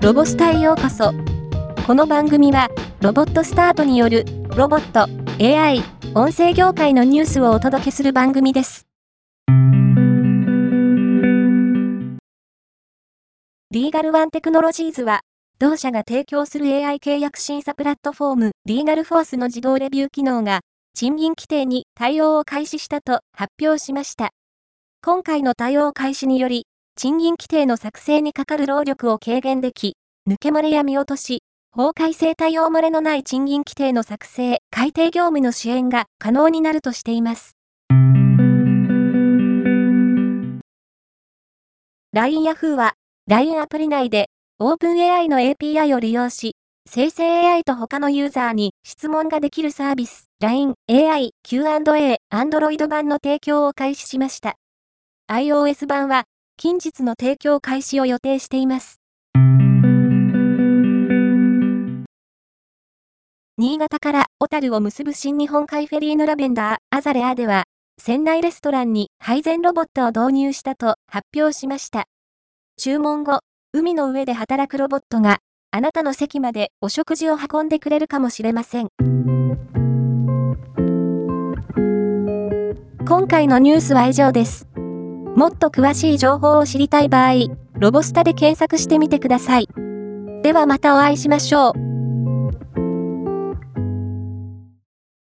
ロボスタへようこそ。この番組は、ロボットスタートによる、ロボット、AI、音声業界のニュースをお届けする番組です。リーガルワンテクノロジーズは、同社が提供する AI 契約審査プラットフォーム、リーガルフォースの自動レビュー機能が、賃金規定に対応を開始したと発表しました。今回の対応開始により、賃金規定の作成にかかる労力を軽減でき、抜け漏れや見落とし、法改正対応漏れのない賃金規定の作成、改定業務の支援が可能になるとしています。LINE ヤフーは、LINE アプリ内で、OpenAI の API を利用し、生成 AI と他のユーザーに質問ができるサービス、LINE AI Q&A Android 版の提供を開始しました。iOS 版は、近日の提供開始を予定しています。新潟から小樽を結ぶ新日本海フェリーのラベンダー、アザレアでは、船内レストランに配膳ロボットを導入したと発表しました。注文後、海の上で働くロボットが、あなたの席までお食事を運んでくれるかもしれません。今回のニュースは以上です。もっと詳しい情報を知りたい場合、ロボスタで検索してみてください。ではまたお会いしましょう。